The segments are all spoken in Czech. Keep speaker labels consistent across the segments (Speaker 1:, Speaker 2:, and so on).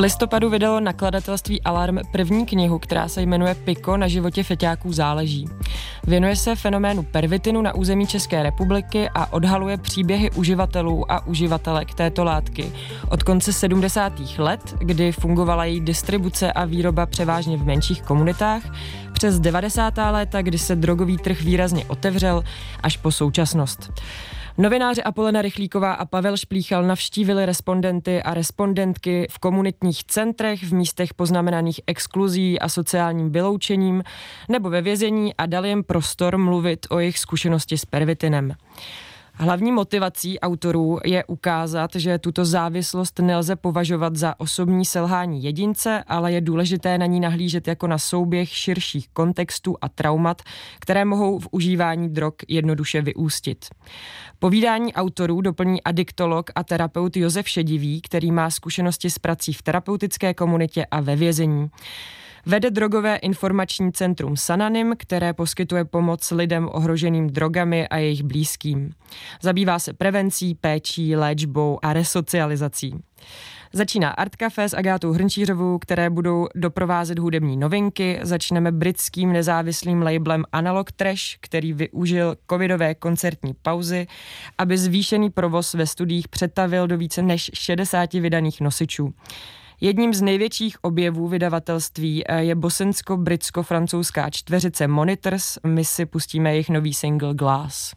Speaker 1: listopadu vydalo nakladatelství Alarm první knihu, která se jmenuje Piko, na životě feťáků záleží. Věnuje se fenoménu pervitinu na území České republiky a odhaluje příběhy uživatelů a uživatelek této látky od konce 70. let, kdy fungovala její distribuce a výroba převážně v menších komunitách, přes 90. léta, kdy se drogový trh výrazně otevřel, až po současnost. Novináři Apolena Rychlíková a Pavel Šplíchal navštívili respondenty a respondentky v komunitních centrech, v místech poznamenaných exkluzí a sociálním vyloučením nebo ve vězení a dali jim prostor mluvit o jejich zkušenosti s pervitinem. Hlavní motivací autorů je ukázat, že tuto závislost nelze považovat za osobní selhání jedince, ale je důležité na ní nahlížet jako na souběh širších kontextů a traumat, které mohou v užívání drog jednoduše vyústit. Povídání autorů doplní adiktolog a terapeut Josef Šedivý, který má zkušenosti s prací v terapeutické komunitě a ve vězení. Vede drogové informační centrum Sananim, které poskytuje pomoc lidem ohroženým drogami a jejich blízkým. Zabývá se prevencí, péčí, léčbou a resocializací. Začíná Art Café s Agátou Hrnčířovou, které budou doprovázet hudební novinky. Začneme britským nezávislým labelem Analog Trash, který využil covidové koncertní pauzy, aby zvýšený provoz ve studiích přetavil do více než 60 vydaných nosičů. Jedním z největších objevů vydavatelství je bosensko-britsko-francouzská čtveřice Monitors. My si pustíme jejich nový single Glass.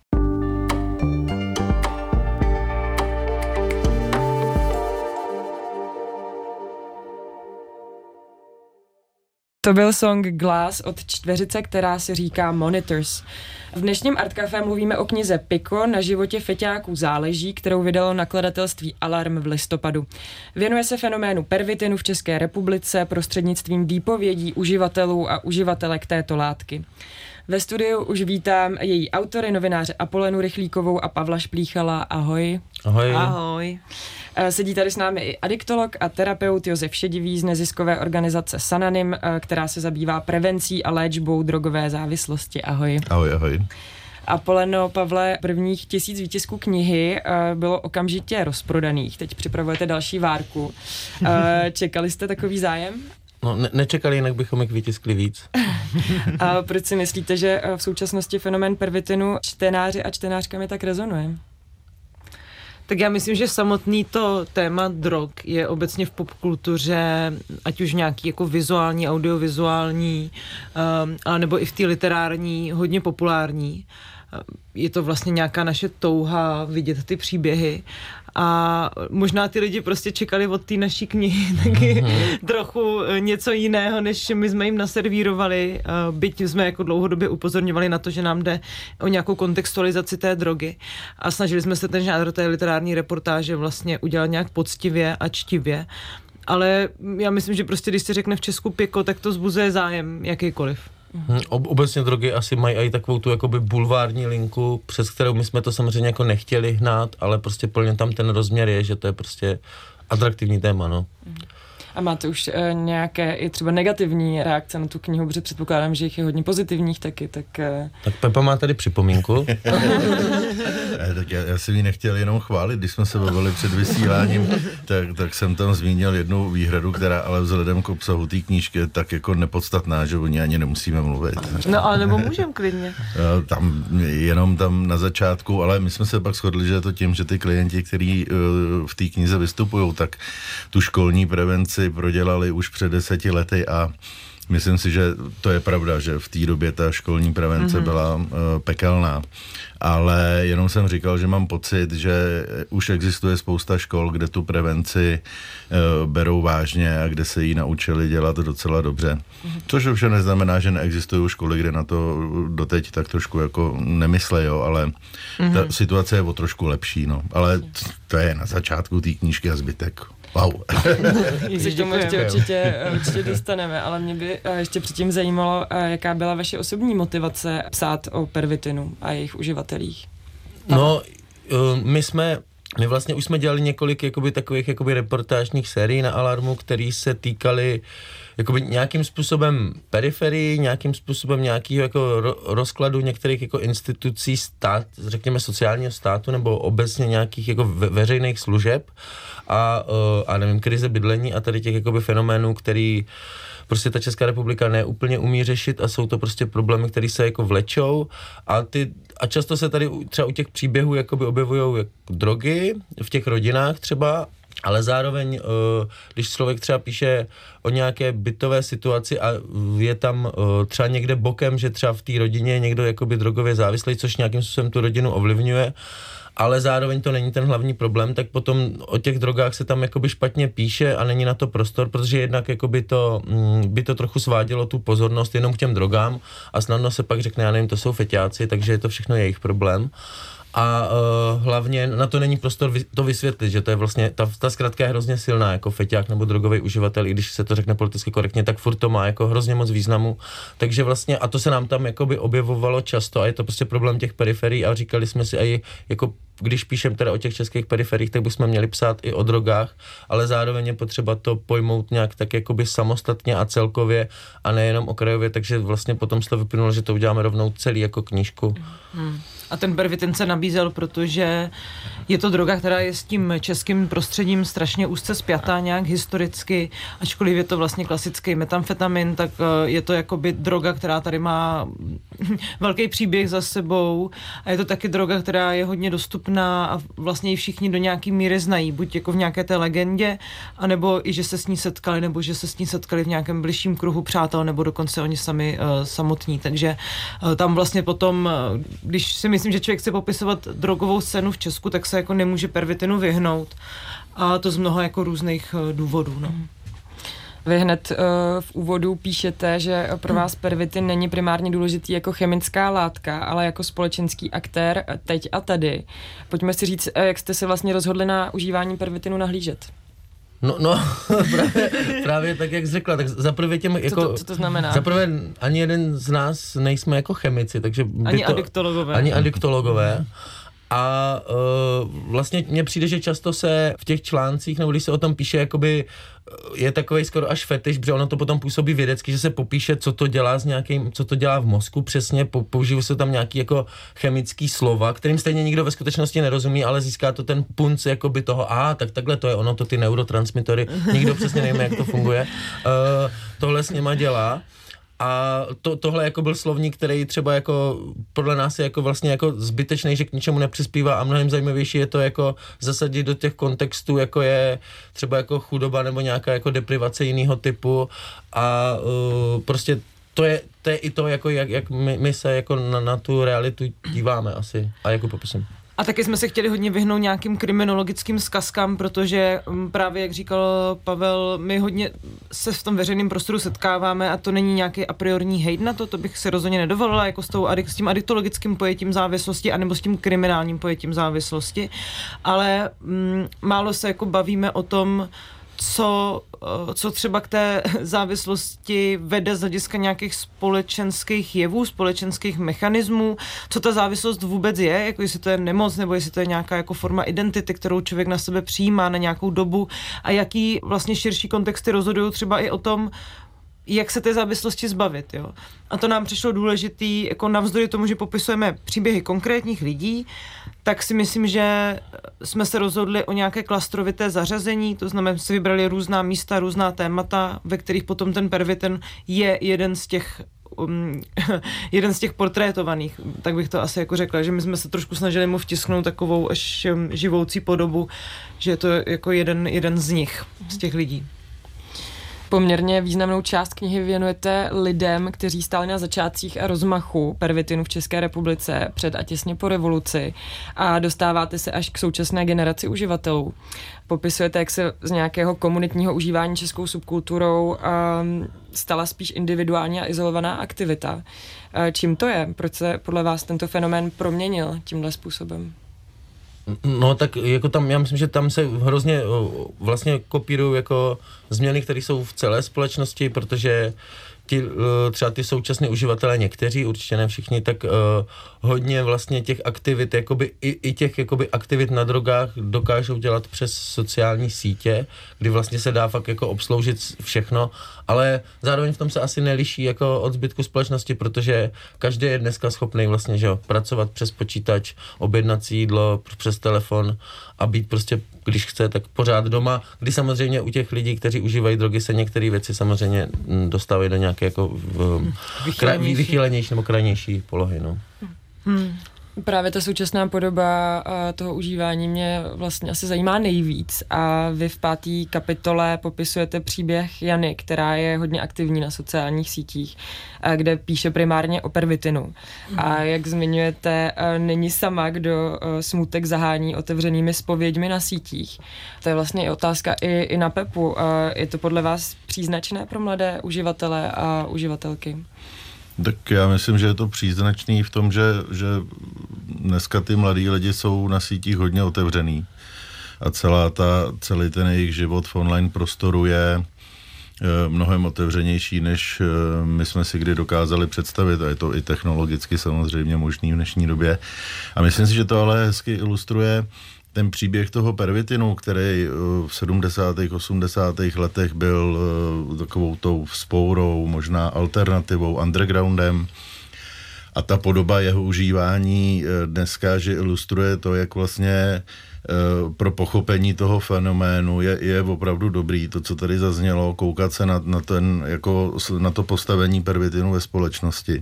Speaker 1: To byl song Glass od čtveřice, která se říká Monitors. V dnešním Art Café mluvíme o knize Piko, na životě feťáků záleží, kterou vydalo nakladatelství Alarm v listopadu. Věnuje se fenoménu pervitinu v České republice prostřednictvím výpovědí uživatelů a uživatelek této látky. Ve studiu už vítám její autory, novináře Apolenu Rychlíkovou a Pavla Šplíchala. Ahoj.
Speaker 2: Ahoj.
Speaker 3: Ahoj.
Speaker 1: Sedí tady s námi i adiktolog a terapeut Josef Šedivý z neziskové organizace Sananim, která se zabývá prevencí a léčbou drogové závislosti. Ahoj.
Speaker 2: Ahoj, ahoj.
Speaker 1: Apoleno, Pavle, prvních 1000 výtisků knihy bylo okamžitě rozprodaných. Teď připravujete další várku. Čekali jste takový zájem?
Speaker 2: No, nečekali, jinak bychom jich vytiskli víc.
Speaker 1: A proč si myslíte, že v současnosti fenomén pervitinu čtenáři a čtenářkami tak rezonuje?
Speaker 3: Tak já myslím, že samotný to téma drog je obecně v popkultuře, ať už nějaký jako vizuální, audiovizuální, nebo i v té literární, hodně populární. Je to vlastně nějaká naše touha vidět ty příběhy a možná ty lidi prostě čekali od té naší knihy taky trochu něco jiného, než my jsme jim naservírovali, byť jsme jako dlouhodobě upozorňovali na to, že nám jde o nějakou kontextualizaci té drogy a snažili jsme se ten žánr té literární reportáže vlastně udělat nějak poctivě a čtivě. Ale já myslím, že prostě když se řekne v Česku Piko, tak to vzbuzuje zájem jakýkoliv.
Speaker 2: Obecně drogy asi mají i takovou tu jakoby bulvární linku, přes kterou my jsme to samozřejmě jako nechtěli hnát, ale prostě plně tam ten rozměr je, že to je prostě atraktivní téma, no.
Speaker 1: A máte už nějaké i třeba negativní reakce na tu knihu, protože předpokládám, že jich je hodně pozitivních taky, tak...
Speaker 2: Tak Pepa má tady připomínku.
Speaker 4: Tak já jsem ji nechtěl jenom chválit, když jsme se bavili před vysíláním, tak jsem tam zmínil jednu výhradu, která ale vzhledem k obsahu té knížky je tak jako nepodstatná, že o ní ani nemusíme mluvit.
Speaker 3: No ale nebo můžeme klidně.
Speaker 4: Jenom tam na začátku, ale my jsme se pak shodli, že je to tím, že ty klienti, kteří v té knize vystupují, tak tu školní prevenci prodělali už před 10 lety a myslím si, že to je pravda, že v té době ta školní prevence byla pekelná. Ale jenom jsem říkal, že mám pocit, že už existuje spousta škol, kde tu prevenci berou vážně a kde se jí naučili dělat docela dobře. Což už neznamená, že neexistují školy, kde na to doteď tak trošku jako nemyslejou, ale ta situace je o trošku lepší, no. Ale to je na začátku té knížky a zbytek. Wow.
Speaker 1: Se k tomu ještě určitě dostaneme, ale mě by ještě předtím zajímalo, jaká byla vaše osobní motivace psát o pervitinu a jejich uživatelích.
Speaker 2: No, my jsme my vlastně už jsme dělali několik jakoby takových jakoby reportážních sérií na Alarmu, které se týkaly jakoby nějakým způsobem periferii, nějakým způsobem nějakého jako rozkladu některých jako institucí řekněme sociálního státu nebo obecně nějakých jako veřejných služeb a nevím, krize bydlení a tady těch jakoby fenoménů, který prostě ta Česká republika neúplně umí řešit a jsou to prostě problémy, které se jako vlečou a často se tady třeba u těch příběhů jakoby objevují jako drogy v těch rodinách třeba, ale zároveň, když člověk třeba píše o nějaké bytové situaci a je tam třeba někde bokem, že třeba v té rodině je někdo jakoby drogově závislý, což nějakým způsobem tu rodinu ovlivňuje, ale zároveň to není ten hlavní problém, tak potom o těch drogách se tam jakoby špatně píše a není na to prostor, protože jednak jakoby by to trochu svádělo tu pozornost jenom k těm drogám a snadno se pak řekne, já nevím, to jsou feťáci, takže je to všechno jejich problém. A hlavně na to není prostor to vysvětlit, že to je vlastně, ta zkratka je hrozně silná, jako feťák nebo drogový uživatel, i když se to řekne politicky korektně, tak furt to má jako hrozně moc významu. Takže vlastně, a to se nám tam jakoby objevovalo často a je to prostě problém těch periferií a říkali jsme si i jako když píšem teda o těch českých periferiích, tak bychom měli psát i o drogách, ale zároveň je potřeba to pojmout nějak tak jakoby samostatně a celkově a nejenom okrajově, takže vlastně potom se to vyplynulo, že to uděláme rovnou celý jako knížku.
Speaker 3: A ten Pervitin se nabízel, protože je to droga, která je s tím českým prostředím strašně úzce spjatá nějak historicky, ačkoliv je to vlastně klasický metamfetamin, tak je to jakoby droga, která tady má velký příběh za sebou a je to taky droga, která je hodně dostupná a vlastně ji všichni do nějaký míry znají, buď jako v nějaké té legendě, anebo i, že se s ní setkali, nebo že se s ní setkali v nějakém bližším kruhu přátel, nebo dokonce oni sami samotní. Takže tam vlastně potom, když si myslím, že člověk chce popisovat drogovou scénu v Česku, tak se jako nemůže Pervitinu vyhnout. A to z mnoha jako různých důvodů. No.
Speaker 1: Vy hned v úvodu píšete, že pro vás Pervitin není primárně důležitý jako chemická látka, ale jako společenský aktér teď a tady. Pojďme si říct, jak jste se vlastně rozhodli na užívání Pervitinu nahlížet.
Speaker 2: No právě tak, jak jsi řekla, tak zaprvé těm jako...
Speaker 1: Co to znamená?
Speaker 2: Zaprvé ani jeden z nás nejsme jako chemici, takže...
Speaker 3: Ani
Speaker 2: adiktologové. A vlastně mně přijde, že často se v těch článcích, nebo když se o tom píše, jakoby je takovej skoro až fetiš, protože ono to potom působí vědecky, že se popíše, co to dělá co to dělá v mozku přesně, používají se tam nějaký jako chemický slova, kterým stejně nikdo ve skutečnosti nerozumí, ale získá to ten punc jakoby toho, tak takhle to je ono, to ty neurotransmitory, nikdo přesně nevíme, jak to funguje. Tohle s něma dělá. A tohle jako byl slovník, který třeba jako podle nás je jako vlastně jako zbytečný, že k ničemu nepřispívá a mnohem zajímavější je to jako zasadit do těch kontextů, jako je třeba jako chudoba nebo nějaká jako deprivace jiného typu a prostě to je i to, jako jak my se jako na tu realitu díváme asi a jako popisem.
Speaker 3: A taky jsme se chtěli hodně vyhnout nějakým kriminologickým zkazkám, protože právě, jak říkal Pavel, my hodně se v tom veřejném prostoru setkáváme a to není nějaký a priorní hejt na to bych se rozhodně nedovolila, jako s tím adiktologickým pojetím závislosti anebo s tím kriminálním pojetím závislosti, ale málo se jako bavíme o tom, co třeba k té závislosti vede z hlediska nějakých společenských jevů, společenských mechanismů, co ta závislost vůbec je, jako jestli to je nemoc, nebo jestli to je nějaká jako forma identity, kterou člověk na sebe přijímá na nějakou dobu a jaký vlastně širší kontexty rozhodují třeba i o tom, jak se té závislosti zbavit, jo. A to nám přišlo důležitý, jako navzdory tomu, že popisujeme příběhy konkrétních lidí, tak si myslím, že jsme se rozhodli o nějaké klastrovité zařazení, to znamená, si vybrali různá místa, různá témata, ve kterých potom ten Pervitin je jeden z těch portrétovaných, tak bych to asi jako řekla, že my jsme se trošku snažili mu vtisknout takovou až živoucí podobu, že je to jako jeden z nich, z těch lidí.
Speaker 1: Poměrně významnou část knihy věnujete lidem, kteří stáli na začátcích a rozmachu Pervitinu v České republice před a těsně po revoluci a dostáváte se až k současné generaci uživatelů. Popisujete, jak se z nějakého komunitního užívání českou subkulturou stala spíš individuální a izolovaná aktivita. Čím to je? Proč se podle vás tento fenomén proměnil tímhle způsobem?
Speaker 2: No tak jako tam, já myslím, že tam se hrozně vlastně kopírují jako změny, které jsou v celé společnosti, protože třeba ty současní uživatelé, někteří, určitě ne všichni, tak hodně vlastně těch aktivit, jakoby, i těch jakoby aktivit na drogách dokážou dělat přes sociální sítě, kdy vlastně se dá fakt jako obsloužit všechno, ale zároveň v tom se asi neliší jako od zbytku společnosti, protože každý je dneska schopný vlastně, že jo, pracovat přes počítač, objednat si jídlo přes telefon a být prostě, když chce, tak pořád doma, kdy samozřejmě u těch lidí, kteří užívají drogy, se některé věci samozřejmě dostávají do nějaké jako vychylenější nebo krajnější polohy, no.
Speaker 1: Právě ta současná podoba toho užívání mě vlastně asi zajímá nejvíc a vy v 5. kapitole popisujete příběh Jany, která je hodně aktivní na sociálních sítích, kde píše primárně o pervitinu. A jak zmiňujete, není sama, kdo smutek zahání otevřenými zpověďmi na sítích. To je vlastně i otázka i na Pepu. Je to podle vás příznačné pro mladé uživatele a uživatelky?
Speaker 4: Tak já myslím, že je to příznačný v tom, že dneska ty mladí lidi jsou na sítích hodně otevřený a celý ten jejich život v online prostoru je mnohem otevřenější, než my jsme si kdy dokázali představit, a je to i technologicky samozřejmě možný v dnešní době. A myslím si, že to ale hezky ilustruje ten příběh toho pervitinu, který v 70. 80. letech byl takovou tou vzpourou, možná alternativou, undergroundem. A ta podoba jeho užívání dneska, že ilustruje to, jak vlastně pro pochopení toho fenoménu je opravdu dobrý, to, co tady zaznělo, koukat se na to postavení pervitinu ve společnosti,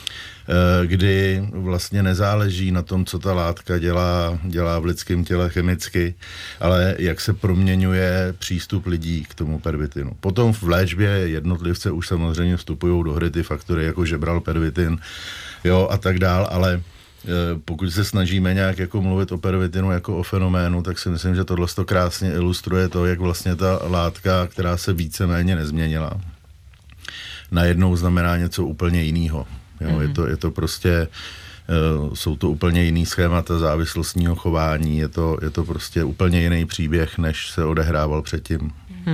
Speaker 4: kdy vlastně nezáleží na tom, co ta látka dělá v lidském těle chemicky, ale jak se proměňuje přístup lidí k tomu pervitinu. Potom v léčbě jednotlivce už samozřejmě vstupují do hry ty faktory, jako že bral pervitin, jo, a tak dál, ale pokud se snažíme nějak jako mluvit o pervitinu jako o fenoménu, tak si myslím, že tohle to krásně ilustruje to, jak vlastně ta látka, která se víceméně nezměnila, najednou znamená něco úplně jiného. Jo, je to prostě, jsou to úplně jiný schémata závislostního chování, je to prostě úplně jiný příběh, než se odehrával předtím.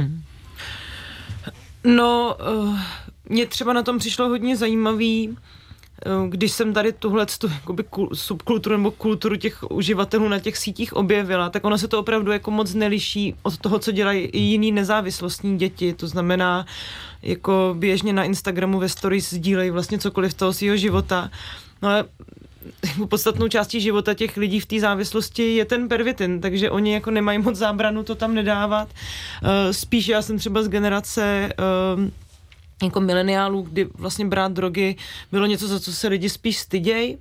Speaker 3: No, mě třeba na tom přišlo hodně zajímavý, když jsem tady tuhletu subkulturu nebo kulturu těch uživatelů na těch sítích objevila, tak ono se to opravdu jako moc neliší od toho, co dělají i jiný nezávislostní děti. To znamená, jako běžně na Instagramu ve stories sdílejí vlastně cokoliv z toho svého života. No ale podstatnou částí života těch lidí v té závislosti je ten pervitin, takže oni jako nemají moc zábranu to tam nedávat. Spíš já jsem třeba z generace jako mileniálů, kdy vlastně brát drogy bylo něco, za co se lidi spíš stydějí,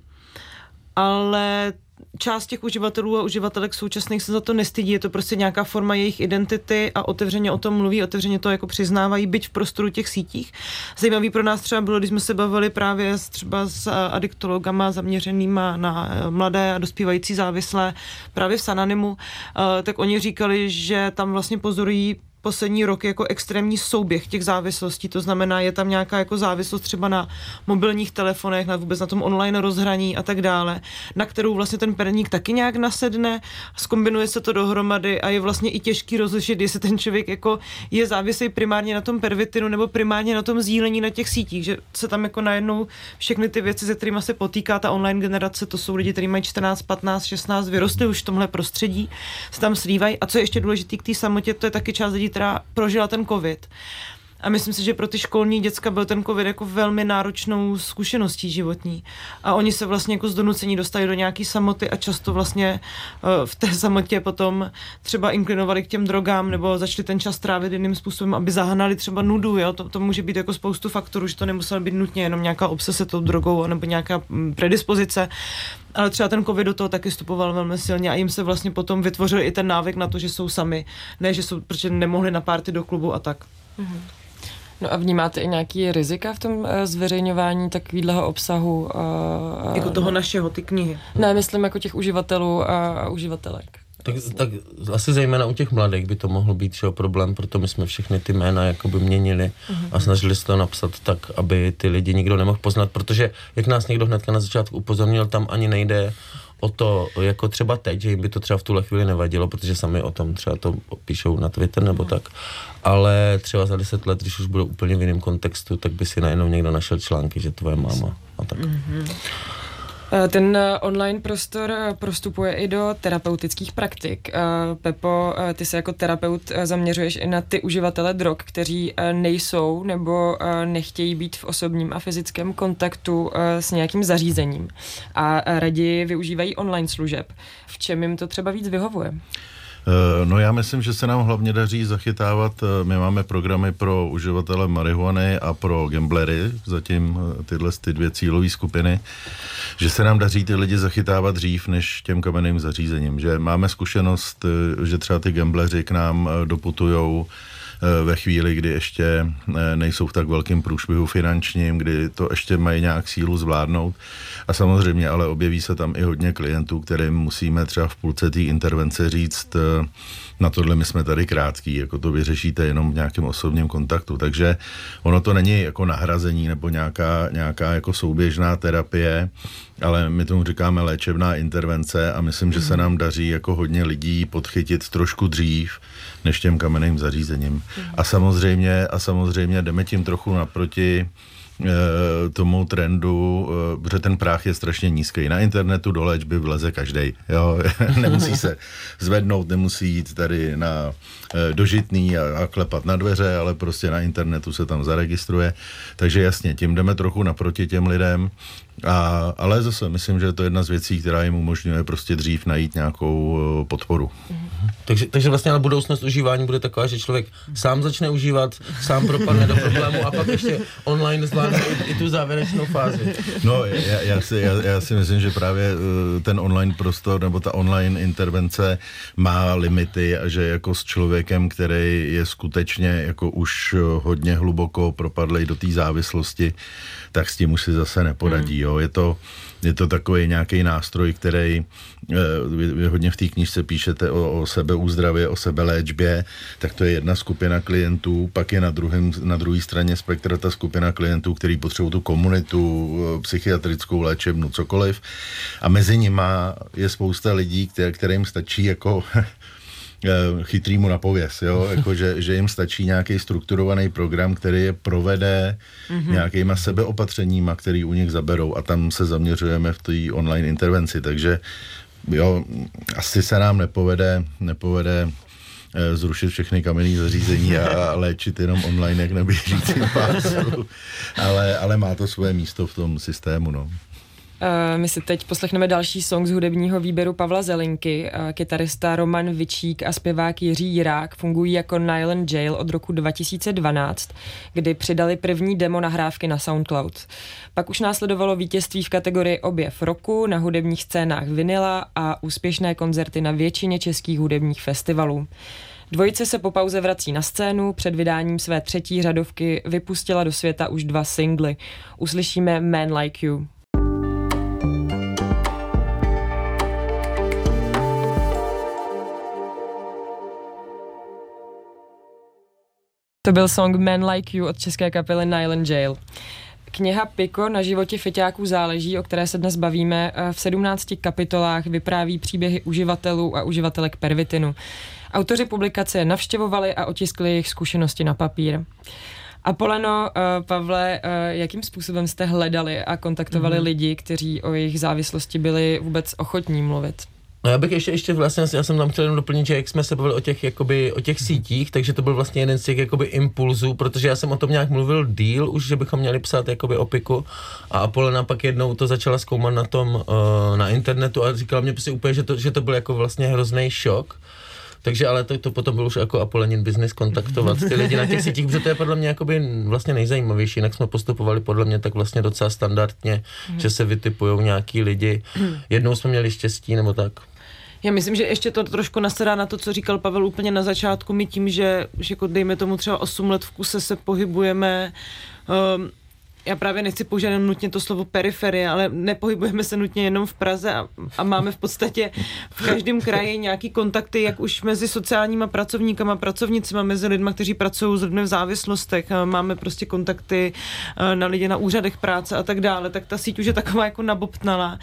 Speaker 3: ale část těch uživatelů a uživatelek současných se za to nestydí, je to prostě nějaká forma jejich identity a otevřeně o tom mluví, otevřeně to jako přiznávají, byť v prostoru těch sítích. Zajímavý pro nás třeba bylo, když jsme se bavili právě třeba s adiktologama zaměřenýma na mladé a dospívající závislé právě v Sananimu, tak oni říkali, že tam vlastně pozorují poslední rok jako extrémní souběh těch závislostí, to znamená, je tam nějaká jako závislost třeba na mobilních telefonech, vůbec na tom online rozhraní a tak dále, na kterou vlastně ten perník taky nějak nasedne, zkombinuje se to dohromady a je vlastně i těžký rozlišit, jestli ten člověk jako je závislý primárně na tom pervitinu nebo primárně na tom sdílení na těch sítích, že se tam jako najednou všechny ty věci, se kterými se potýká ta online generace, to jsou lidi, kteří mají 14, 15, 16, vyrostli už v tomhle prostředí, se tam slívají. A co je ještě důležitý k té samotě, to je taky část lidí, která prožila ten covid. A myslím si, že pro ty školní děcka byl ten covid jako velmi náročnou zkušeností životní. A oni se vlastně jako z donucení dostali do nějaký samoty a často vlastně v té samotě potom třeba inklinovali k těm drogám nebo začali ten čas trávit jiným způsobem, aby zahnali třeba nudu. Jo? To může být jako spoustu faktorů, že to nemuselo být nutně jenom nějaká obsese tou drogou nebo nějaká predispozice. Ale třeba ten covid do toho taky vstupoval velmi silně a jim se vlastně potom vytvořil i ten návyk na to, že jsou sami. Ne, že jsou, protože nemohli na párty do klubu a tak.
Speaker 1: Mhm. No a vnímáte i nějaký rizika v tom zveřejňování takového obsahu?
Speaker 3: Jako toho našeho, ty knihy?
Speaker 1: Ne, myslím jako těch uživatelů a uživatelek.
Speaker 2: Tak asi zejména u těch mladých by to mohlo být problém, proto my jsme všechny ty jména jakoby měnili a snažili se to napsat tak, aby ty lidi nikdo nemohl poznat, protože jak nás někdo hnedka na začátku upozornil, tam ani nejde o to, jako třeba teď, že jim by to třeba v tuhle chvíli nevadilo, protože sami o tom třeba to píšou na Twitter nebo tak, ale třeba za 10 let, když už budou úplně v jiném kontextu, tak by si najednou někdo našel články, že tvoje máma a tak.
Speaker 1: Ten online prostor prostupuje i do terapeutických praktik. Pepo, ty se jako terapeut zaměřuješ i na ty uživatele drog, kteří nejsou nebo nechtějí být v osobním a fyzickém kontaktu s nějakým zařízením a raději využívají online služeb. V čem jim to třeba víc vyhovuje?
Speaker 4: No já myslím, že se nám hlavně daří zachytávat, my máme programy pro uživatele marihuany a pro gamblery, zatím tyhle ty dvě cílové skupiny, že se nám daří ty lidi zachytávat dřív než těm kamenným zařízením, že máme zkušenost, že třeba ty gambleři k nám doputujou ve chvíli, kdy ještě nejsou v tak velkém průšvihu finančním, kdy to ještě mají nějak sílu zvládnout. A samozřejmě ale objeví se tam i hodně klientů, kterým musíme třeba v půlce té intervence říct, na tohle my jsme tady krátký, jako to vyřešíte jenom v nějakém osobním kontaktu. Takže ono to není jako nahrazení nebo nějaká jako souběžná terapie, ale my tomu říkáme léčebná intervence a myslím, že se nám daří jako hodně lidí podchytit trošku dřív než těm kamenným zařízením. A samozřejmě jdeme tím trochu naproti tomu trendu, protože ten práh je strašně nízký. Na internetu do léčby vleze každej. Jo? Nemusí se zvednout, nemusí jít tady na dožitný a klepat na dveře, ale prostě na internetu se tam zaregistruje. Takže jasně, tím jdeme trochu naproti těm lidem, ale zase myslím, že to je jedna z věcí, která jim umožňuje prostě dřív najít nějakou podporu.
Speaker 2: Takže vlastně ale budoucnost užívání bude taková, že člověk sám začne užívat, sám propadne do problému a pak ještě online zvládne i tu závěrečnou fázi.
Speaker 4: No, já si myslím, že právě ten online prostor nebo ta online intervence má limity a že jako s člověkem, který je skutečně jako už hodně hluboko propadlej do té závislosti, tak s tím už si zase neporadí. Jo. Je to takový nějaký nástroj, který vy hodně v té knížce píšete o sebeúzdravě, o sebeléčbě, tak to je jedna skupina klientů, pak je na druhé straně spektra ta skupina klientů, který potřebují tu komunitu, psychiatrickou léčebnu, cokoliv. A mezi nima je spousta lidí, kterým stačí jako chytrýmu na pověs, jo? Jako, že jim stačí nějaký strukturovaný program, který je provede nějakýma sebeopatřeníma, který u nich zaberou a tam se zaměřujeme v té online intervenci, takže jo, asi se nám nepovede zrušit všechny kamenné zařízení a léčit jenom online, jak na běžícím pásu, ale má to svoje místo v tom systému, no.
Speaker 1: My si teď poslechneme další song z hudebního výběru Pavla Zelinky. Kytarista Roman Vičík a zpěvák Jiří Jirák fungují jako Nile and Jail od roku 2012, kdy přidali první demo nahrávky na SoundCloud. Pak už následovalo vítězství v kategorii Objev roku na hudebních scénách Vinyla a úspěšné koncerty na většině českých hudebních festivalů. Dvojice se po pauze vrací na scénu, před vydáním své třetí řadovky vypustila do světa už 2 singly. Uslyšíme Man Like You. To byl song Man Like You od české kapely Nile and Jail. Kniha Piko na životě feťáků záleží, o které se dnes bavíme, v 17 kapitolách vypráví příběhy uživatelů a uživatelek pervitinu. Autoři publikace navštěvovali a otiskli jejich zkušenosti na papír. Apoleno, Pavle, jakým způsobem jste hledali a kontaktovali lidi, kteří o jejich závislosti byli vůbec ochotní mluvit?
Speaker 2: No já bych ještě vlastně, já jsem tam chtěl jenom doplnit, že jak jsme se bavili o těch sítích, takže to byl vlastně jeden z těch jakoby impulzů, protože já jsem o tom nějak mluvil díl už, že bychom měli psát jakoby o Piku a Apolena pak jednou to začala zkoumat na tom, na internetu a říkala mě prostě úplně, že to byl jako vlastně hrozný šok. Takže ale to potom byl už jako Apolenin business kontaktovat ty lidi na těch sítích, protože to je podle mě jakoby vlastně nejzajímavější, jinak jsme postupovali podle mě tak vlastně docela standardně, že se vytipujou nějaký lidi. Jednou jsme měli štěstí nebo tak.
Speaker 3: Já myslím, že ještě to trošku nasedá na to, co říkal Pavel úplně na začátku, my tím, že jako dejme tomu třeba 8 let v kuse se pohybujeme já právě nechci použít jenom nutně to slovo periferie, ale nepohybujeme se nutně jenom v Praze a máme v podstatě v každém kraji nějaký kontakty, jak už mezi sociálníma pracovníkama, pracovnicima, mezi lidma, kteří pracují s lidmi v závislostech, máme prostě kontakty na lidi na úřadech práce a tak dále, tak ta síť už je taková jako nabobtnalá.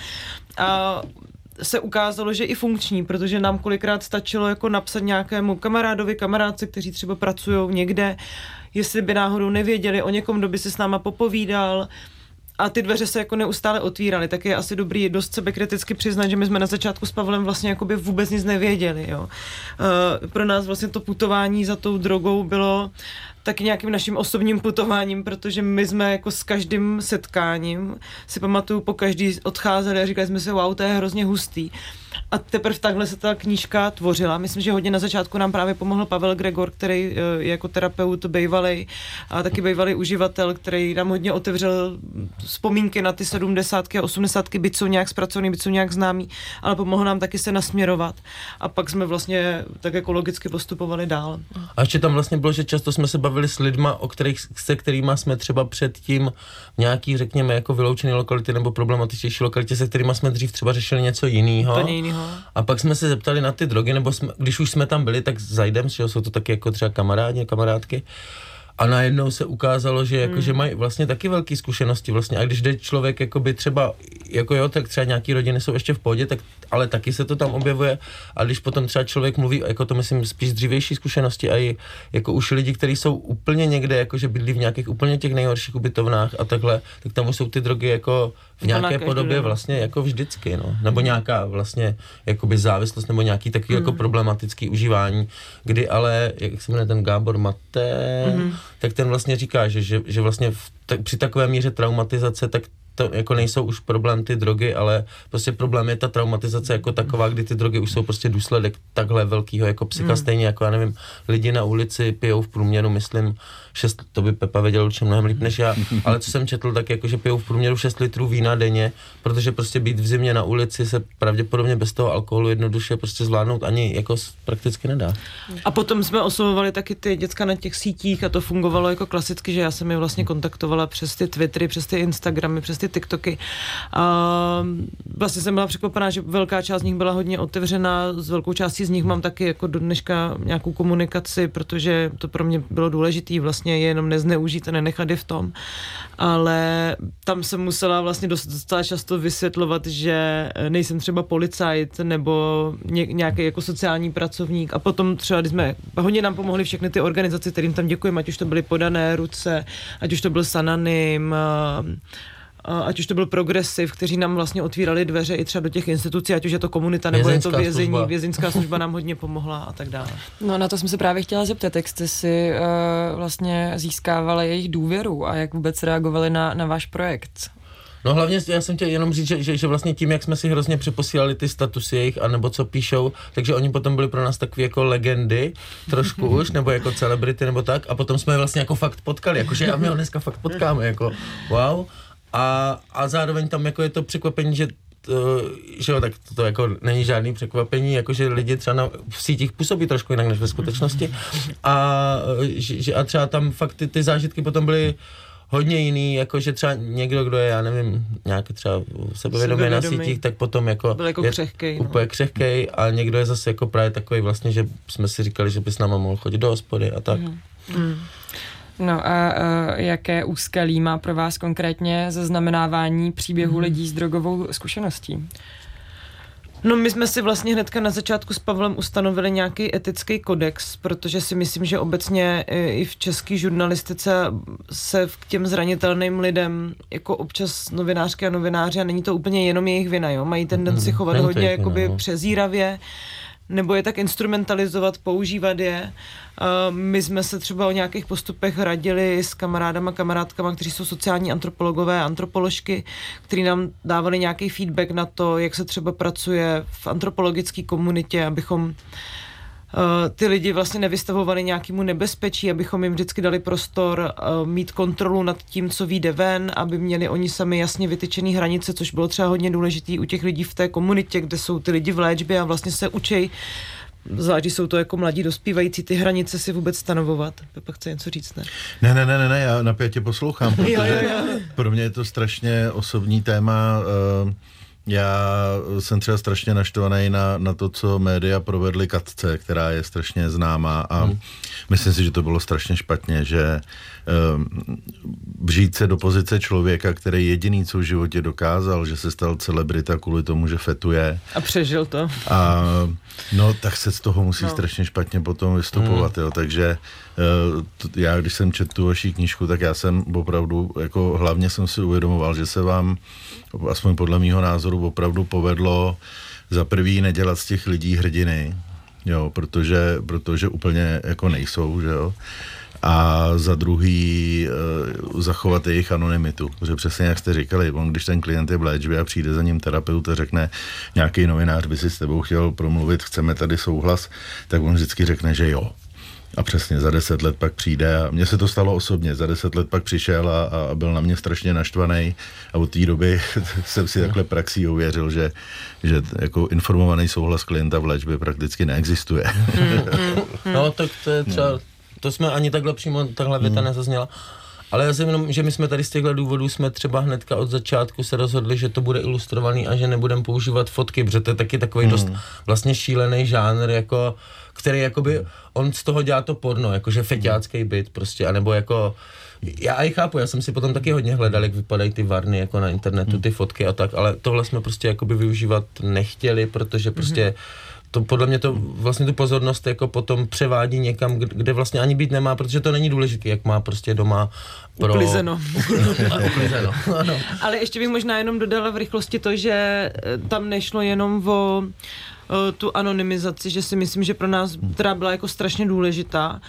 Speaker 3: A se ukázalo, že i funkční, protože nám kolikrát stačilo jako napsat nějakému kamarádovi, kamarádce, kteří třeba pracují někde, jestli by náhodou nevěděli o někom, kdo by si s náma popovídal, a ty dveře se jako neustále otvíraly, tak je asi dobrý dost sebekriticky přiznat, že my jsme na začátku s Pavlem vlastně jakoby vůbec nic nevěděli. Jo. Pro nás vlastně to putování za tou drogou bylo taky nějakým naším osobním putováním, protože my jsme jako s každým setkáním, si pamatuju, po každý odcházeli a říkali jsme si, wow, to je hrozně hustý. A teprve takhle se ta knížka tvořila. Myslím, že hodně na začátku nám právě pomohl Pavel Gregor, který je jako terapeut bejvalej a taky bejvalý uživatel, který nám hodně otevřel vzpomínky na ty 70. a 80. byť jsou nějak zpracovaný, byť jsou nějak známý, ale pomohl nám taky se nasměrovat. A pak jsme vlastně tak jako logicky postupovali dál.
Speaker 2: A ještě tam vlastně bylo, že často jsme se bavili s lidma, se kterýma jsme třeba předtím nějaký, řekněme, jako vyloučené lokality nebo problematičtější lokality, se kterýma jsme dřív třeba řešili něco jiného. A pak jsme se zeptali na ty drogy, nebo když už jsme tam byli, tak zajdem, že jsou to taky jako třeba kamarádi, kamarádky. A najednou se ukázalo, že, jako, že mají vlastně taky velké zkušenosti vlastně. A když jde člověk jakoby třeba, jako jo, tak třeba nějaký rodiny jsou ještě v pohodě, tak, ale taky se to tam objevuje. A když potom třeba člověk mluví, jako to myslím spíš dřívější zkušenosti a i jako už lidi, kteří jsou úplně někde, jako že bydlí v nějakých úplně těch nejhorších ubytovnách a takhle, tak tam už jsou ty drogy jako v nějaké podobě vlastně jako vždycky, no. Nebo nějaká vlastně jakoby závislost nebo nějaký takový jako problematický užívání, kdy ale, jak se jmenuje ten Gábor Maté, tak ten vlastně říká, že vlastně při takové míře traumatizace, tak to jako nejsou už problém ty drogy, ale prostě problém je ta traumatizace jako taková, kdy ty drogy už jsou prostě důsledek takhle velkýho jako psycha, stejně jako, já nevím, lidi na ulici pijou v průměru, myslím, 6, to by Pepa věděl určitě mnohem líp než já, ale co jsem četl, tak jako, že pijou v průměru 6 litrů vína denně, protože prostě být v zimě na ulici se pravděpodobně bez toho alkoholu jednoduše prostě zvládnout ani jako prakticky nedá.
Speaker 3: A potom jsme oslovovali taky ty děcka na těch sítích a to fungovalo jako klasicky, že já jsem je vlastně kontaktovala přes ty Twittery, přes ty Instagramy, přes ty TikToky. A vlastně jsem byla překvapená, že velká část z nich byla hodně otevřená, s velkou částí z nich mám taky jako do dneška nějakou komunikaci, protože to pro mě bylo důležitý vlastně je jenom nezneužít a nenechat je v tom. Ale tam jsem musela vlastně docela často vysvětlovat, že nejsem třeba policajt nebo nějaký jako sociální pracovník a potom třeba, když hodně nám pomohly všechny ty organizace, kterým tam děkujeme, ať už to byly Podané ruce, ať už to byl Sananym, ať už to byl Progresiv, kteří nám vlastně otvírali dveře i třeba do těch institucí, ať už je to komunita nebo
Speaker 2: vězeňská
Speaker 3: je to vězení,
Speaker 2: služba.
Speaker 3: Vězeňská služba nám hodně pomohla a tak dále.
Speaker 1: No na to jsem se právě chtěla zeptat, jak jste si vlastně získávali jejich důvěru a jak vůbec reagovali na váš projekt?
Speaker 2: No hlavně já jsem chtěl jenom říct, že vlastně tím, jak jsme si hrozně přeposílali ty statusy jejich, anebo co píšou, takže oni potom byli pro nás takový jako legendy, trošku už, nebo jako celebrity, nebo tak, a potom jsme je vlastně jako fakt potkali, jakože a my ho dneska fakt potkáme, jako wow. A zároveň tam jako je to překvapení, že jo, tak to jako není žádný překvapení, jakože lidi třeba v sítích působí trošku jinak než ve skutečnosti a třeba tam fakt ty zážitky potom byly hodně jiný, jakože třeba někdo, kdo je, já nevím, nějaký třeba sebevědomý na sítích, tak potom jako
Speaker 3: je křehkej,
Speaker 2: úplně křehkej a někdo je zase jako právě takový vlastně, že jsme si říkali, že by s náma mohl chodit do hospody a tak.
Speaker 1: No a jaké úskalí má pro vás konkrétně zaznamenávání příběhu lidí s drogovou zkušeností?
Speaker 3: No my jsme si vlastně hnedka na začátku s Pavlem ustanovili nějaký etický kodex, protože si myslím, že obecně i v české žurnalistice se k těm zranitelným lidem jako občas novinářky a novináři, a není to úplně jenom jejich vina, jo, mají tendenci chovat hodně jakoby přezíravě, nebo je tak instrumentalizovat, používat je. My jsme se třeba o nějakých postupech radili s kamarádama, kamarádkama, kteří jsou sociální antropologové a antropoložky, kteří nám dávali nějaký feedback na to, jak se třeba pracuje v antropologické komunitě, abychom ty lidi vlastně nevystavovali nějakému nebezpečí, abychom jim vždycky dali prostor mít kontrolu nad tím, co vyjde ven, aby měli oni sami jasně vytyčený hranice, což bylo třeba hodně důležitý u těch lidí v té komunitě, kde jsou ty lidi v léčbě a vlastně se učí zvlášť jsou to jako mladí dospívající, ty hranice si vůbec stanovovat. Pepa chce něco říct, ne?
Speaker 4: Ne, já napětě poslouchám, protože pro mě je to strašně osobní téma. Já jsem třeba strašně naštvaný na to, co média provedly Katce, která je strašně známá a myslím si, že to bylo strašně špatně, že vžít se do pozice člověka, který jediný, co v životě dokázal, že se stal celebrita kvůli tomu, že fetuje.
Speaker 3: A přežil to.
Speaker 4: A no, tak se z toho musí strašně špatně potom vystupovat, jo, takže já, když jsem četl tu vaši knížku, tak já jsem opravdu, jako hlavně jsem si uvědomoval, že se vám, aspoň podle mýho názoru, opravdu povedlo za prvý nedělat z těch lidí hrdiny, jo, protože úplně jako nejsou, že jo. A za druhý zachovat jejich anonymitu, protože přesně jak jste říkali, když ten klient je v léčbě a přijde za ním terapeut a řekne, nějaký novinář by si s tebou chtěl promluvit, chceme tady souhlas, tak on vždycky řekne, že jo. A přesně za 10 let pak přijde a mně se to stalo osobně, za 10 let pak přišel a byl na mě strašně naštvaný a od té doby jsem si takhle praxí uvěřil, že jako informovaný souhlas klienta v léčbě prakticky neexistuje.
Speaker 2: No tak to je třeba, to jsme ani takhle přímo, tahle věta nezazněla. Ale já jsem jenom, že my jsme tady z těchto důvodů jsme třeba hnedka od začátku se rozhodli, že to bude ilustrovaný a že nebudeme používat fotky, protože to je taky takový dost vlastně šílený žánr, jako, který jakoby, on z toho dělá to porno, jakože feťácký byt prostě, anebo jako, já i chápu, já jsem si potom taky hodně hledal, jak vypadají ty varny jako na internetu, ty fotky a tak, ale tohle jsme prostě jakoby využívat nechtěli, protože prostě to podle mě to vlastně tu pozornost jako potom převádí někam, kde vlastně ani být nemá, protože to není důležité, jak má prostě doma
Speaker 3: uklizeno.
Speaker 2: Uklizeno. Ano.
Speaker 3: Ale ještě bych možná jenom dodala v rychlosti to, že tam nešlo jenom o tu anonymizaci, že si myslím, že pro nás teda byla jako strašně důležitá,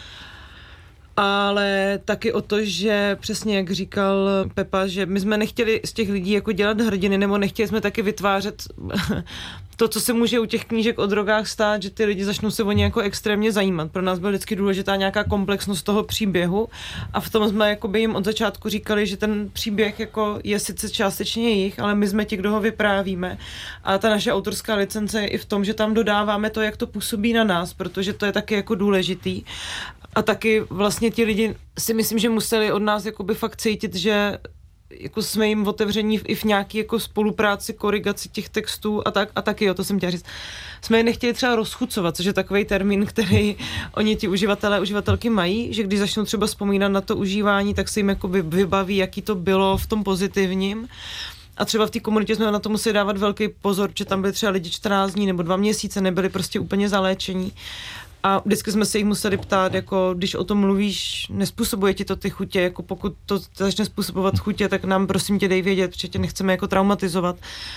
Speaker 3: ale taky o to, že přesně jak říkal Pepa, že my jsme nechtěli z těch lidí jako dělat hrdiny, nebo nechtěli jsme taky vytvářet to, co se může u těch knížek o drogách stát, že ty lidi začnou se o ně jako extrémně zajímat. Pro nás byla vždycky důležitá nějaká komplexnost toho příběhu a v tom jsme jakoby jim od začátku říkali, že ten příběh jako je sice částečně jejich, ale my jsme ti, kdo ho vyprávíme. A ta naše autorská licence je i v tom, že tam dodáváme to, jak to působí na nás, protože to je taky jako důležitý. A taky vlastně ti lidi si myslím, že museli od nás jakoby fakt cítit, že jako jsme jim otevření i v nějaký jako spolupráci, korigaci těch textů a taky, jo, to jsem chtěla říct. Jsme je nechtěli třeba rozchucovat, což je takový termín, který oni ti uživatelé, uživatelky mají, že když začnou třeba vzpomínat na to užívání, tak se jim jako vybaví, jaký to bylo v tom pozitivním. A třeba v té komunitě jsme na to museli dávat velký pozor, že tam byli třeba lidi 14 dní nebo 2 měsíce, nebyli prostě úplně zaléčení. A vždycky jsme se jich museli ptát, jako když o tom mluvíš, nespůsobuje ti to ty chutě, jako pokud to začne způsobovat chutě, tak nám prosím tě dej vědět, protože tě nechceme jako traumatizovat.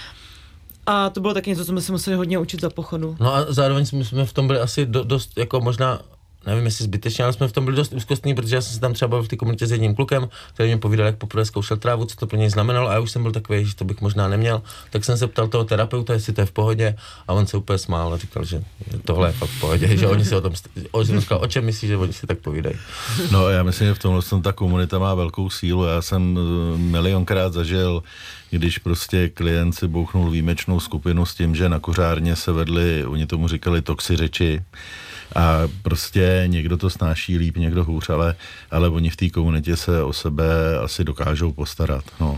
Speaker 3: A to bylo taky něco, co jsme se museli hodně učit za pochodu.
Speaker 2: No a zároveň jsme v tom byli asi dost jako možná, nevím jestli zbytečně, ale jsme v tom byli dost úzkostní, protože já jsem se tam třeba bavil v té komunitě s jedním klukem, který mi povídal, jak poprvé zkoušel trávu, co to pro něj znamenalo a já už jsem byl takový, že to bych možná neměl, tak jsem se ptal toho terapeuta, jestli to je v pohodě a on se úplně smál a říkal, že tohle je fakt v pohodě, že oni si o tom, říkal, o čem myslíš, že oni si tak povídají.
Speaker 4: No já myslím, že v tomhle ta komunita má velkou sílu, já jsem milionkrát zažil, když prostě klient si bouchnul výjimečnou skupinu s tím, že na kuřárně se vedli, oni tomu říkali toxi řeči, a prostě někdo to snáší líp, někdo hůř, ale oni v té komunitě se o sebe asi dokážou postarat. No.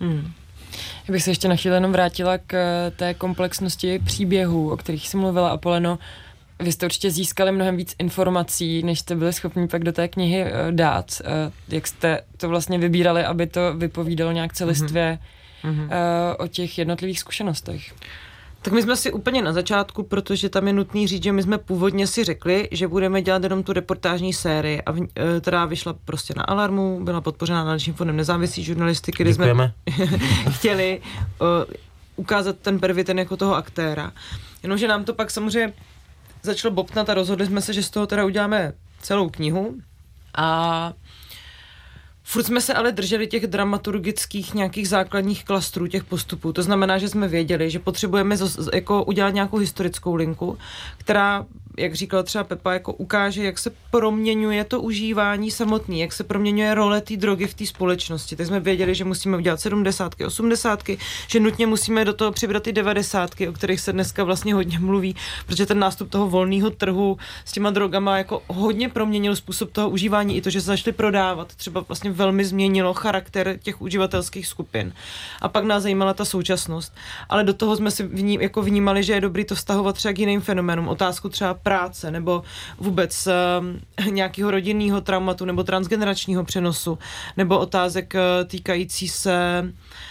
Speaker 1: Já bych se ještě na chvíli jenom vrátila k té komplexnosti příběhů, o kterých jsi mluvila, Apoleno. Vy jste určitě získali mnohem víc informací, než jste byli schopni pak do té knihy dát. Jak jste to vlastně vybírali, aby to vypovídalo nějak celistvě o těch jednotlivých zkušenostech?
Speaker 3: Tak my jsme si úplně na začátku, protože tam je nutný říct, že my jsme původně si řekli, že budeme dělat jenom tu reportážní sérii, která vyšla prostě na Alarmu, byla podpořena Nadačním fondem nezávislé žurnalistiky, kdy jsme chtěli ukázat ten Pervitin jako toho aktéra. Jenomže nám to pak samozřejmě začalo bobtnat a rozhodli jsme se, že z toho teda uděláme celou knihu a furt jsme se ale drželi těch dramaturgických nějakých základních klastrů, těch postupů. To znamená, že jsme věděli, že potřebujeme jako udělat nějakou historickou linku, která jak říkala třeba Pepa, jako ukáže, jak se proměňuje to užívání samotný, jak se proměňuje role té drogy v té společnosti. Tak jsme věděli, že musíme udělat 70, 80, že nutně musíme do toho přibrat i 90, o kterých se dneska vlastně hodně mluví, protože ten nástup toho volného trhu s těma drogama jako hodně proměnil způsob toho užívání, i to, že se začaly prodávat, třeba vlastně velmi změnilo charakter těch uživatelských skupin. A pak nás zajímala ta současnost. Ale do toho jsme si vnímali, že je dobrý to vztahovat třeba k jiným fenoménům. Otázku třeba práce nebo vůbec nějakého rodinného traumatu nebo transgeneračního přenosu nebo otázek týkající se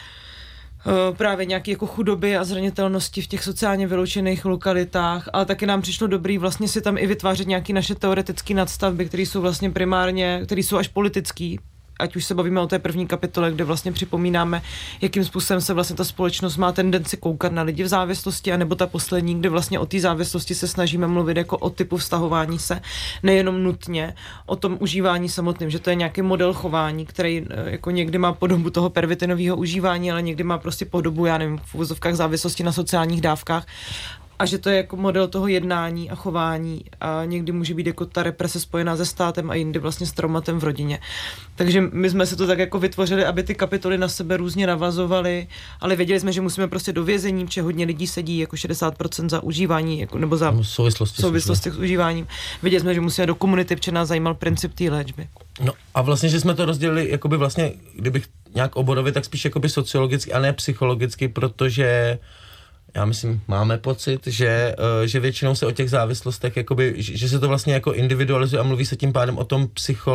Speaker 3: právě nějaké jako chudoby a zranitelnosti v těch sociálně vyloučených lokalitách, ale taky nám přišlo dobrý vlastně si tam i vytvářet nějaké naše teoretické nadstavby, které jsou vlastně primárně, které jsou až politický, ať už se bavíme o té první kapitole, kde vlastně připomínáme, jakým způsobem se vlastně ta společnost má tendenci koukat na lidi v závislosti, anebo ta poslední, kde vlastně o té závislosti se snažíme mluvit jako o typu vztahování se, nejenom nutně o tom užívání samotným, že to je nějaký model chování, který jako někdy má podobu toho pervitinového užívání, ale někdy má prostě podobu, já nevím, v uvozovkách závislosti na sociálních dávkách. A že to je jako model toho jednání a chování a někdy může být jako ta represe spojená se státem a jindy vlastně s traumatem v rodině. Takže my jsme se to tak jako vytvořili, aby ty kapitoly na sebe různě navazovaly, ale věděli jsme, že musíme prostě do vězení, protože hodně lidí sedí jako 60% za užívání, jako, nebo za souvislosti s užíváním. Věděli jsme, že musíme do komunity, protože nás zajímal princip té léčby.
Speaker 2: No a vlastně, že jsme to rozdělili, jakoby vlastně, kdybych nějak oborově, tak spíš jakoby sociologicky a ne psychologicky, protože já myslím, máme pocit, že většinou se o těch závislostech, jakoby, že se to vlastně jako individualizuje a mluví se tím pádem o tom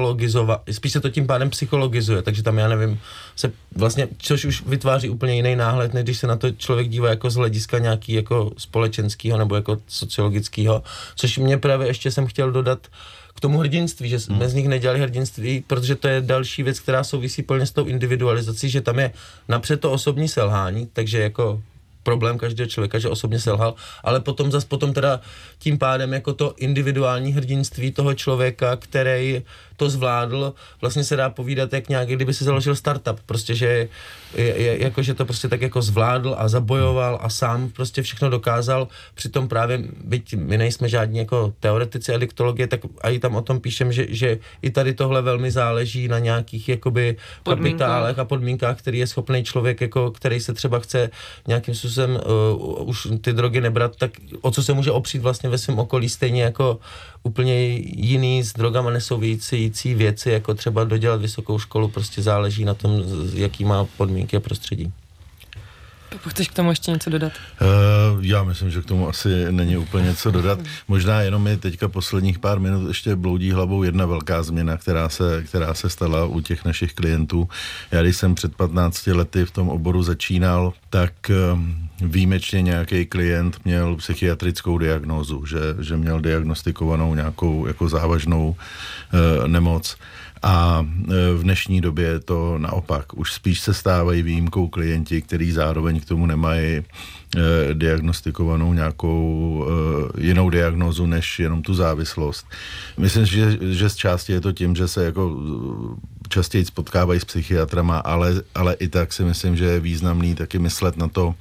Speaker 2: spíš se to tím pádem psychologizuje, takže tam já nevím, se vlastně, což už vytváří úplně jiný náhled, než když se na to člověk dívá jako z hlediska nějaký jako společenského nebo jako sociologického, což mě právě ještě jsem chtěl dodat k tomu hrdinství, že jsme z nich nedělali hrdinství, protože to je další věc, která souvisí plně s tou individualizací, že tam je napřed to osobní selhání, takže jako problém každého člověka, že osobně selhal, ale potom teda tím pádem jako to individuální hrdinství toho člověka, který to zvládl, vlastně se dá povídat jak nějak, kdyby si založil startup, prostě, že jako, že to prostě tak jako zvládl a zabojoval a sám prostě všechno dokázal, přitom právě, byť my nejsme žádní jako teoretici adiktologie, tak a i tam o tom píšem, že i tady tohle velmi záleží na nějakých jakoby kapitálech a podmínkách, který je schopný člověk, jako, který se třeba chce nějakým způsobem už ty drogy nebrat, tak o co se může opřít vlastně ve svém okolí, stejně jako úplně jiný s drogama nesouvisející věci, jako třeba dodělat vysokou školu, prostě záleží na tom, jaký má podmínky a prostředí.
Speaker 1: Chceš k tomu ještě něco dodat?
Speaker 4: Já myslím, že k tomu asi není úplně co dodat. Možná jenom mi teďka posledních pár minut ještě bloudí hlavou jedna velká změna, která se stala u těch našich klientů. Já když jsem před 15 lety v tom oboru začínal, tak výjimečně nějaký klient měl psychiatrickou diagnózu, že měl diagnostikovanou nějakou jako závažnou nemoc. A v dnešní době je to naopak. Už spíš se stávají výjimkou klienti, kteří zároveň k tomu nemají diagnostikovanou nějakou jinou diagnózu než jenom tu závislost. Myslím, že z části je to tím, že se jako častěji potkávají s psychiatrama, ale i tak si myslím, že je významný taky myslet na to,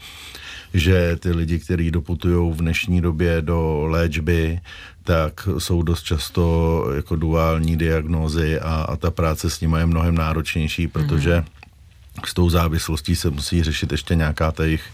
Speaker 4: že ty lidi, kteří doputují v dnešní době do léčby, tak jsou dost často jako duální diagnózy a ta práce s nimi je mnohem náročnější, protože s tou závislostí se musí řešit ještě nějaká ta jejich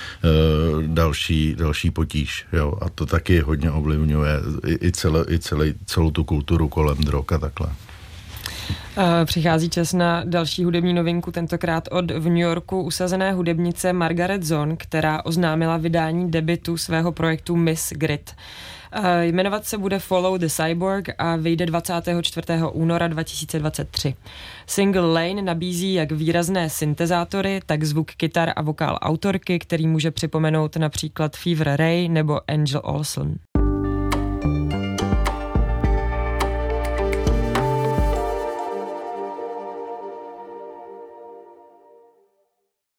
Speaker 4: další potíž. Jo? A to taky hodně ovlivňuje celou tu kulturu kolem drog a takhle.
Speaker 1: Přichází čas na další hudební novinku, tentokrát od v New Yorku usazené hudebnice Margaret Zon, která oznámila vydání debutu svého projektu Miss Grit. Jmenovat se bude Follow the Cyborg a vyjde 24. února 2023. Single Lane nabízí jak výrazné syntezátory, tak zvuk kytar a vokál autorky, který může připomenout například Fever Ray nebo Angel Olsen.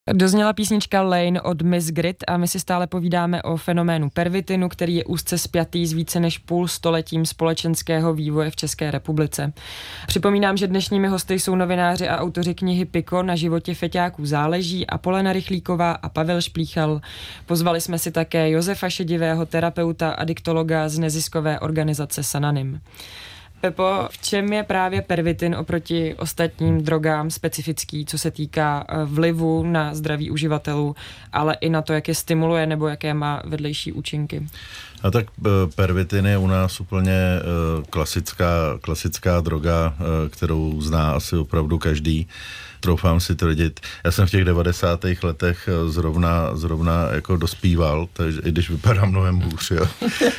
Speaker 1: Dozněla písnička Lane od Miss Grit a my si stále povídáme o fenoménu pervitinu, který je úzce spjatý s více než půl stoletím společenského vývoje v České republice. Připomínám, že dnešními hosty jsou novináři a autoři knihy Piko na životě feťáků záleží Apolena Rychlíková a Pavel Šplíchal. Pozvali jsme si také Josefa Šedivého, terapeuta a diktologa z neziskové organizace Sananim. Pepo, v čem je právě pervitin oproti ostatním drogám specifický, co se týká vlivu na zdraví uživatelů, ale i na to, jak je stimuluje nebo jaké má vedlejší účinky?
Speaker 4: A tak pervitin je u nás úplně klasická droga, kterou zná asi opravdu každý. Troufám si tvrdit. Já jsem v těch 90. letech zrovna jako dospíval, takže i když vypadá mnohem hůř, jo.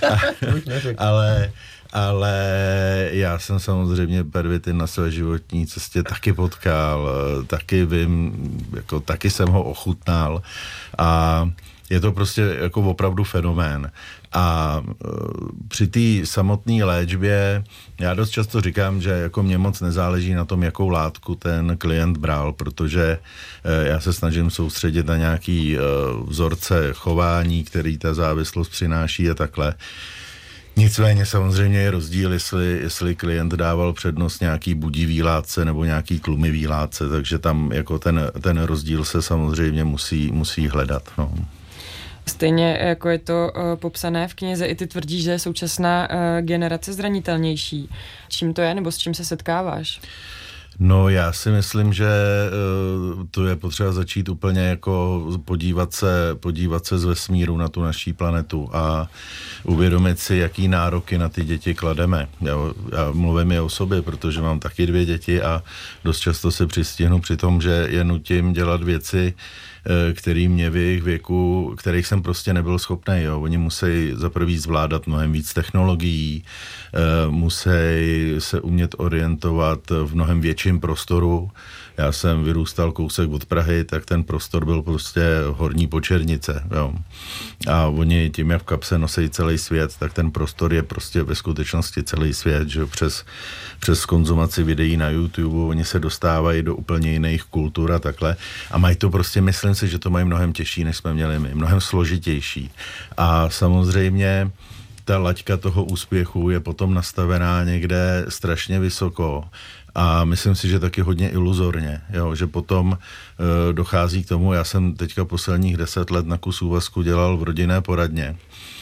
Speaker 4: Ale já jsem samozřejmě pervitin na své životní cestě taky potkal, taky vím, jako taky jsem ho ochutnal a je to prostě jako opravdu fenomén. A při té samotné léčbě já dost často říkám, že jako mě moc nezáleží na tom, jakou látku ten klient bral, protože já se snažím soustředit na nějaký vzorce chování, který ta závislost přináší a takhle. Nicméně samozřejmě je rozdíl, jestli klient dával přednost nějaký budivý látce nebo nějaký tlumivý látce, takže tam jako ten rozdíl se samozřejmě musí hledat. No.
Speaker 1: Stejně jako je to popsané v knize, i ty tvrdíš, že je současná generace zranitelnější. Čím to je, nebo s čím se setkáváš?
Speaker 4: No já si myslím, že to je potřeba začít úplně jako podívat se z vesmíru na tu naší planetu a uvědomit si, jaký nároky na ty děti klademe. Já mluvím i o sobě, protože mám taky 2 děti a dost často se přistihnu při tom, že je nutím dělat věci, který mě v jejich věku, kterých jsem prostě nebyl schopný. Jo. Oni musí za prvý zvládat mnohem víc technologií, musí se umět orientovat v mnohem větším prostoru. Já jsem vyrůstal kousek od Prahy, tak ten prostor byl prostě horní Počernice. Jo. A oni tím, jak v kapse nosí celý svět, tak ten prostor je prostě ve skutečnosti celý svět, že přes konzumaci videí na YouTube oni se dostávají do úplně jiných kultur a takhle. A mají to prostě, myslím si, že to mají mnohem těžší, než jsme měli my, mnohem složitější. A samozřejmě ta laťka toho úspěchu je potom nastavená někde strašně vysoko. A myslím si, že taky hodně iluzorně, jo, že potom dochází k tomu, já jsem teďka posledních 10 let na kus úvazku dělal v rodinné poradně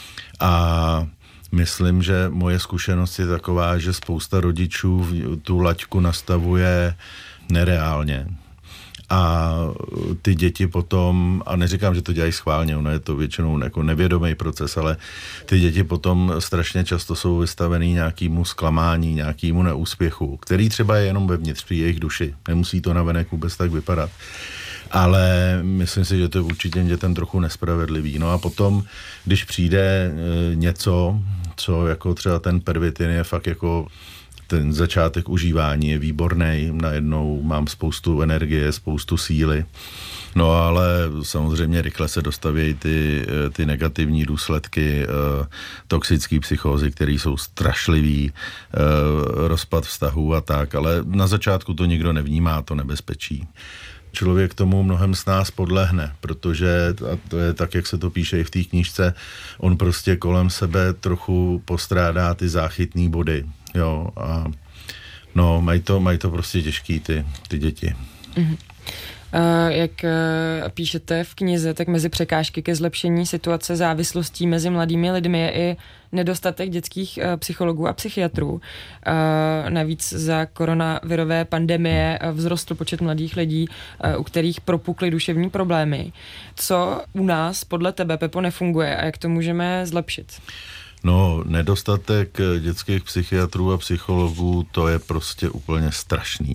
Speaker 4: a myslím, že moje zkušenost je taková, že spousta rodičů tu laťku nastavuje nereálně. A ty děti potom, a neříkám, že to dělají schválně, ono je to většinou jako nevědomý proces, ale ty děti potom strašně často jsou vystavený nějakému zklamání, nějakému neúspěchu, který třeba je jenom vevnitř při jejich duši. Nemusí to navenek vůbec tak vypadat. Ale myslím si, že to je určitě dětem trochu nespravedlivý. No a potom, když přijde něco, co jako třeba ten pervitin je fakt jako ten začátek užívání je výborný, najednou mám spoustu energie, spoustu síly. No ale samozřejmě rychle se dostavějí ty negativní důsledky, toxické psychózy, které jsou strašlivý, rozpad vztahů a tak, ale na začátku to nikdo nevnímá, to nebezpečí. Člověk tomu mnohem s nás podlehne, protože, a to je tak, jak se to píše i v té knížce, on prostě kolem sebe trochu postrádá ty záchytné body, jo, a no, mají to prostě těžký ty děti.
Speaker 1: Mm-hmm. Jak píšete v knize, tak mezi překážky ke zlepšení situace závislostí mezi mladými lidmi je i nedostatek dětských psychologů a psychiatrů. Navíc za koronavirové pandemie vzrostl počet mladých lidí, u kterých propukly duševní problémy. Co u nás podle tebe, Pepo, nefunguje a jak to můžeme zlepšit?
Speaker 4: No, nedostatek dětských psychiatrů a psychologů, to je prostě úplně strašný.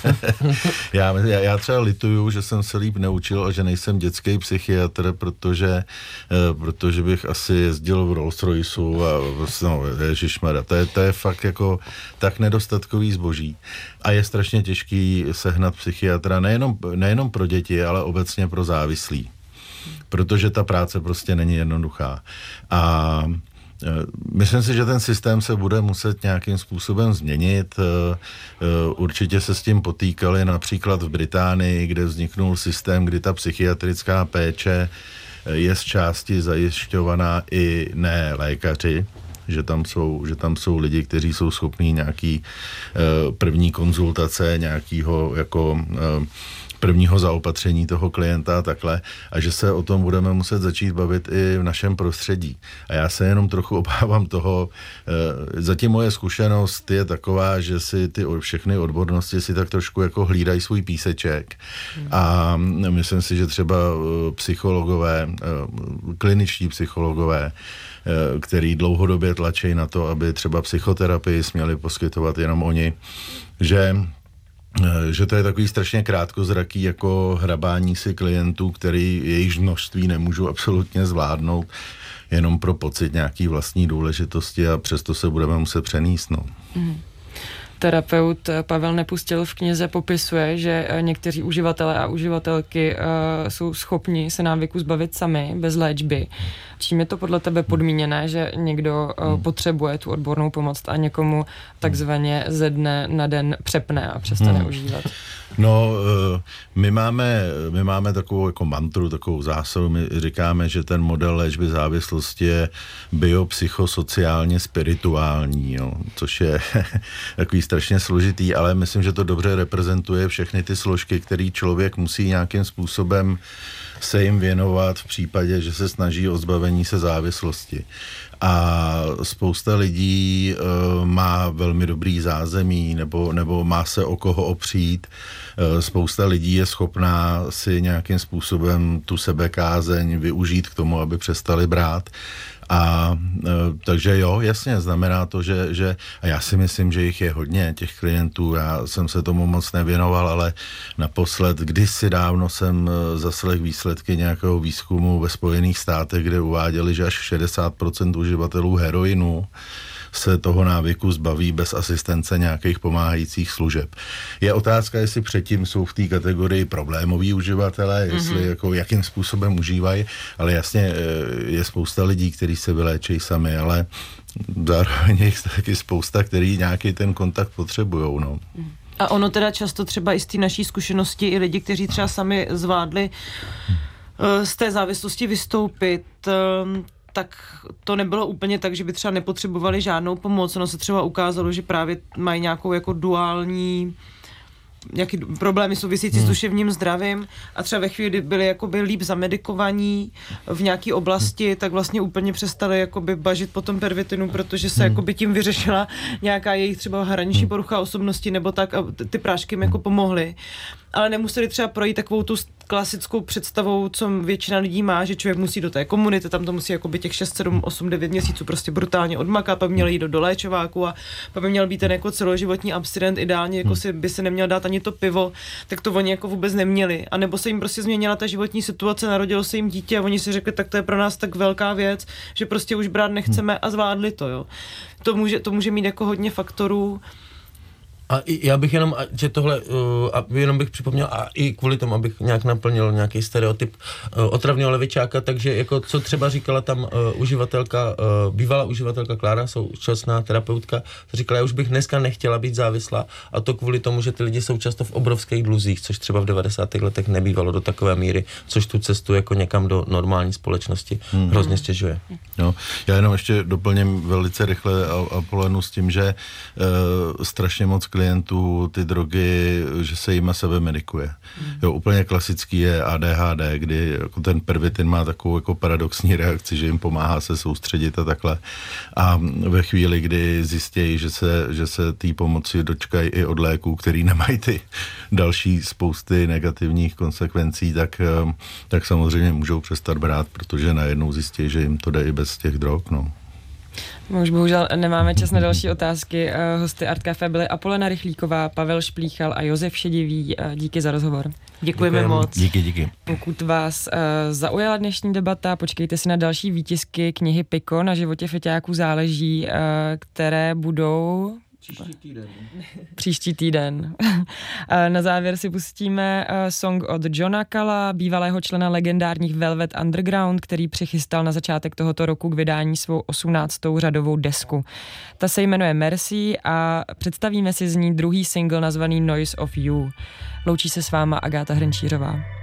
Speaker 4: já třeba lituju, že jsem se líp neučil a že nejsem dětský psychiatr, protože bych asi jezdil v Rolls Royceu a no, ježišmarja, to je fakt jako tak nedostatkový zboží. A je strašně těžký sehnat psychiatra nejenom pro děti, ale obecně pro závislí. Protože ta práce prostě není jednoduchá. A Myslím si, že ten systém se bude muset nějakým způsobem změnit. Určitě se s tím potýkali například v Británii, kde vzniknul systém, kdy ta psychiatrická péče je z části zajišťovaná i ne lékaři, že tam jsou lidi, kteří jsou schopní nějaký první konzultace, nějakýho jako prvního zaopatření toho klienta a takhle, a že se o tom budeme muset začít bavit i v našem prostředí. A já se jenom trochu obávám toho, zatím moje zkušenost je taková, že si ty všechny odbornosti si tak trošku jako hlídají svůj píseček a myslím si, že třeba psychologové, kliničtí psychologové, který dlouhodobě tlačí na to, aby třeba psychoterapii směli poskytovat jenom oni, že to je takový strašně krátkozraký jako hrabání si klientů, který jejich množství nemůžu absolutně zvládnout, jenom pro pocit nějaký vlastní důležitosti, a přesto se budeme muset přenést. No.
Speaker 1: Terapeut Pavel Nepustil v knize popisuje, že někteří uživatelé a uživatelky jsou schopni se návyku zbavit sami, bez léčby. Čím je to podle tebe podmíněné, že někdo potřebuje tu odbornou pomoc a někomu takzvaně ze dne na den přepne a přestane užívat?
Speaker 4: No, my máme takovou jako mantru, takovou zásadu, my říkáme, že ten model léčby závislosti je biopsychosociálně spirituální, jo, což je takový strašně složitý, ale myslím, že to dobře reprezentuje všechny ty složky, které člověk musí nějakým způsobem se jim věnovat v případě, že se snaží o zbavení se závislosti. A spousta lidí má velmi dobrý zázemí nebo má se o koho opřít. Spousta lidí je schopná si nějakým způsobem tu sebekázeň využít k tomu, aby přestali brát. A takže jo, jasně, znamená to, že a já si myslím, že jich je hodně, těch klientů, já jsem se tomu moc nevěnoval, ale naposled kdysi dávno jsem zaslechl výsledky nějakého výzkumu ve Spojených státech, kde uváděli, že až 60% uživatelů heroinu se toho návyku zbaví bez asistence nějakých pomáhajících služeb. Je otázka, jestli předtím jsou v té kategorii problémoví uživatelé, jestli jako jakým způsobem užívají, ale jasně je spousta lidí, kteří se vyléčejí sami, ale zároveň je taky spousta, který nějaký ten kontakt potřebujou, no.
Speaker 3: A ono teda často třeba i z té naší zkušenosti i lidi, kteří třeba sami zvládli z té závislosti vystoupit, tak to nebylo úplně tak, že by třeba nepotřebovali žádnou pomoc. Ono se třeba ukázalo, že právě mají nějakou jako duální nějaký problémy související s duševním zdravím a třeba ve chvíli, kdy byli jakoby líp zamedikovaní v nějaké oblasti, tak vlastně úplně přestali jakoby bažit po tom pervitinu, protože se jakoby tím vyřešila nějaká jejich třeba hraniční porucha osobnosti nebo tak a ty prášky jim jako pomohly. Ale nemuseli třeba projít takovou tu klasickou představou, co většina lidí má, že člověk musí do té komunity, tam to musí jakoby těch 6, 7, 8, 9 měsíců prostě brutálně odmakat, pak měl jít do léčováku a pak by měl být ten jako celoživotní abstinent, ideálně jako by se neměl dát ani to pivo, tak to oni jako vůbec neměli. A nebo se jim prostě změnila ta životní situace, narodilo se jim dítě a oni si řekli, tak to je pro nás tak velká věc, že prostě už brát nechceme a zvládli to, jo. To může mít jako hodně faktorů.
Speaker 2: A já bych jenom, že tohle, jenom bych připomněl, a i kvůli tomu, abych nějak naplnil nějaký stereotyp otravného levičáka, takže jako co třeba říkala tam uživatelka, bývalá uživatelka Klára, současná terapeutka, říkala, já už bych dneska nechtěla být závislá, a to kvůli tomu, že ty lidi jsou často v obrovských dluzích, což třeba v 90. letech nebývalo do takové míry, což tu cestu jako někam do normální společnosti hrozně stěžuje.
Speaker 4: No, já jenom ještě doplním velice rychle a polenu s tím, že strašně moc klientů ty drogy, že se jima sebe medikuje. Jo, úplně klasický je ADHD, kdy jako ten pervitin má takovou jako paradoxní reakci, že jim pomáhá se soustředit a takhle. A ve chvíli, kdy zjistějí, že se té pomoci dočkají i od léků, který nemají ty další spousty negativních konsekvencí, tak samozřejmě můžou přestat brát, protože najednou zjistí, že jim to jde i bez těch drog, no.
Speaker 1: My už bohužel nemáme čas na další otázky. Hosty Art Café byly Apolena Rychlíková, Pavel Šplíchal a Josef Šedivý. Díky za rozhovor.
Speaker 3: Děkujeme moc.
Speaker 4: Díky.
Speaker 1: Pokud vás zaujala dnešní debata, počkejte si na další výtisky knihy Piko Na životě feťáků záleží, které budou Příští týden. Na závěr si pustíme song od Johna Calla, bývalého člena legendárních Velvet Underground, který přichystal na začátek tohoto roku k vydání svou 18. řadovou desku. Ta se jmenuje Mercy a představíme si z ní druhý single nazvaný Noise of You. Loučí se s váma Agáta Hrnčířová.